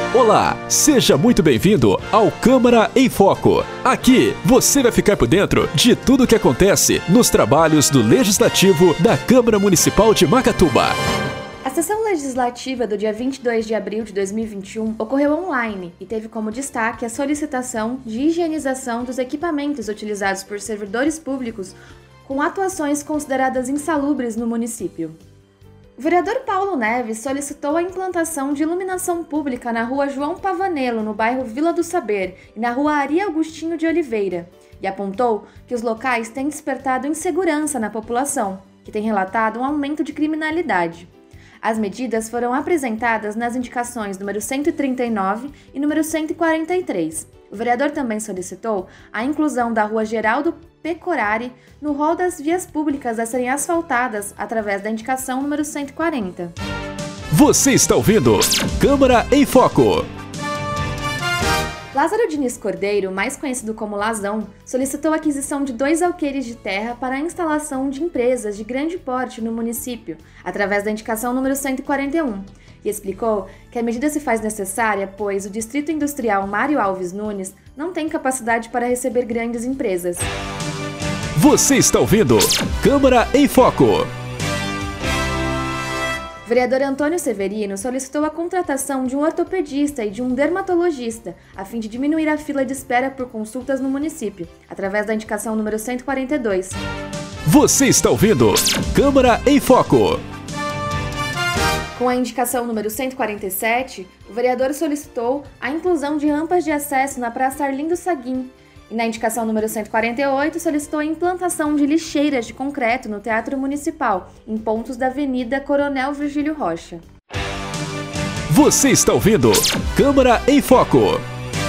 Olá, seja muito bem-vindo ao Câmara em Foco. Aqui você vai ficar por dentro de tudo o que acontece nos trabalhos do Legislativo da Câmara Municipal de Macatuba. A sessão legislativa do dia 22 de abril de 2021 ocorreu online e teve como destaque a solicitação de higienização dos equipamentos utilizados por servidores públicos com atuações consideradas insalubres no município. O vereador Paulo Neves solicitou a implantação de iluminação pública na rua João Pavanello, no bairro Vila do Saber, e na rua Ari Agostinho de Oliveira, e apontou que os locais têm despertado insegurança na população, que tem relatado um aumento de criminalidade. As medidas foram apresentadas nas indicações número 139 e número 143. O vereador também solicitou a inclusão da rua Geraldo Pecorari no rol das vias públicas a serem asfaltadas através da indicação número 140. Você está ouvindo Câmara em Foco. Lázaro Diniz Cordeiro, mais conhecido como Lazão, solicitou a aquisição de 2 alqueires de terra para a instalação de empresas de grande porte no município, através da indicação número 141, e explicou que a medida se faz necessária pois o Distrito Industrial Mário Alves Nunes não tem capacidade para receber grandes empresas. Você está ouvindo Câmara em Foco. O vereador Antônio Severino solicitou a contratação de um ortopedista e de um dermatologista, a fim de diminuir a fila de espera por consultas no município, através da indicação número 142. Você está ouvindo Câmara em Foco. Com a indicação número 147, o vereador solicitou a inclusão de rampas de acesso na Praça Arlindo Saguim, e na indicação número 148 solicitou a implantação de lixeiras de concreto no Teatro Municipal, em pontos da Avenida Coronel Virgílio Rocha. Você está ouvindo Câmara em Foco.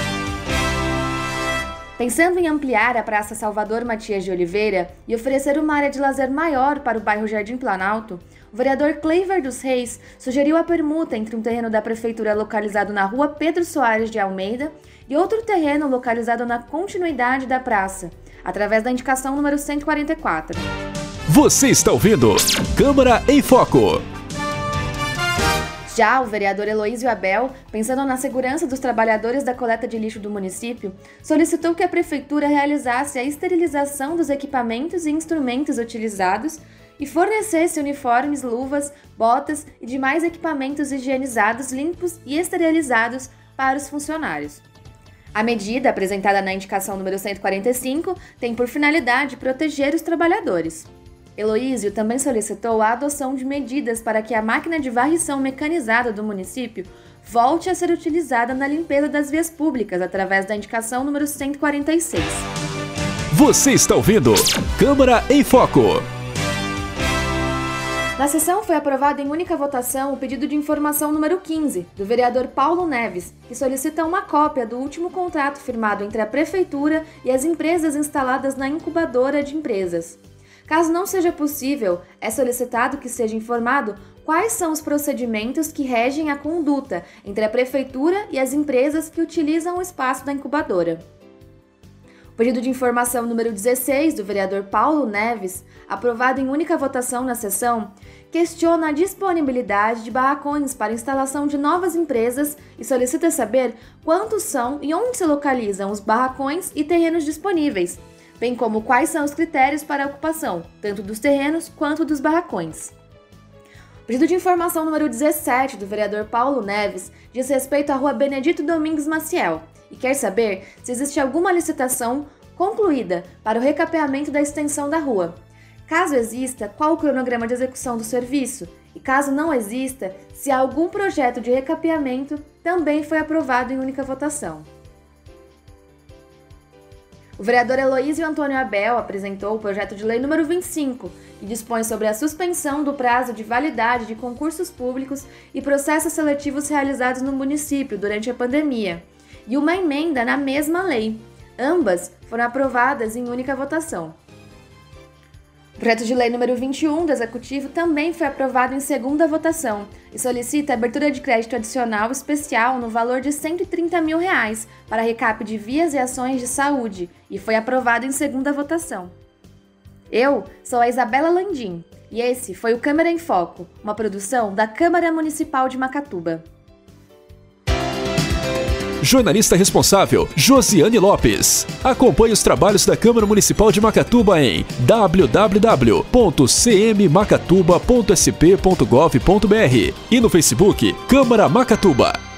Pensando em ampliar a Praça Salvador Matias de Oliveira e oferecer uma área de lazer maior para o bairro Jardim Planalto, o vereador Cleiver dos Reis sugeriu a permuta entre um terreno da prefeitura localizado na rua Pedro Soares de Almeida e outro terreno localizado na continuidade da praça, através da indicação número 144. Você está ouvindo Câmara em Foco. Já o vereador Heloísio Abel, pensando na segurança dos trabalhadores da coleta de lixo do município, solicitou que a prefeitura realizasse a esterilização dos equipamentos e instrumentos utilizados e fornecesse uniformes, luvas, botas e demais equipamentos higienizados, limpos e esterilizados para os funcionários. A medida, apresentada na indicação número 145, tem por finalidade proteger os trabalhadores. Heloísio também solicitou a adoção de medidas para que a máquina de varrição mecanizada do município volte a ser utilizada na limpeza das vias públicas através da indicação número 146. Você está ouvindo Câmara em Foco. Na sessão foi aprovado em única votação o pedido de informação número 15, do vereador Paulo Neves, que solicita uma cópia do último contrato firmado entre a Prefeitura e as empresas instaladas na incubadora de empresas. Caso não seja possível, é solicitado que seja informado quais são os procedimentos que regem a conduta entre a Prefeitura e as empresas que utilizam o espaço da incubadora. O pedido de informação número 16, do vereador Paulo Neves, aprovado em única votação na sessão, questiona a disponibilidade de barracões para instalação de novas empresas e solicita saber quantos são e onde se localizam os barracões e terrenos disponíveis, bem como quais são os critérios para a ocupação, tanto dos terrenos quanto dos barracões. O pedido de informação número 17, do vereador Paulo Neves, diz respeito à rua Benedito Domingues Maciel e quer saber se existe alguma licitação concluída para o recapeamento da extensão da rua. Caso exista, qual o cronograma de execução do serviço? E caso não exista, se algum projeto de recapeamento também foi aprovado em única votação. O vereador Heloísio Antônio Abel apresentou o projeto de lei número 25, que dispõe sobre a suspensão do prazo de validade de concursos públicos e processos seletivos realizados no município durante a pandemia, e uma emenda na mesma lei. Ambas foram aprovadas em única votação. O projeto de lei número 21 do Executivo também foi aprovado em segunda votação e solicita a abertura de crédito adicional especial no valor de R$ 130 mil para recap de vias e ações de saúde e foi aprovado em segunda votação. Eu sou a Isabela Landim e esse foi o Câmara em Foco, uma produção da Câmara Municipal de Macatuba. Jornalista responsável, Josiane Lopes. Acompanhe os trabalhos da Câmara Municipal de Macatuba em www.cmmacatuba.sp.gov.br e no Facebook Câmara Macatuba.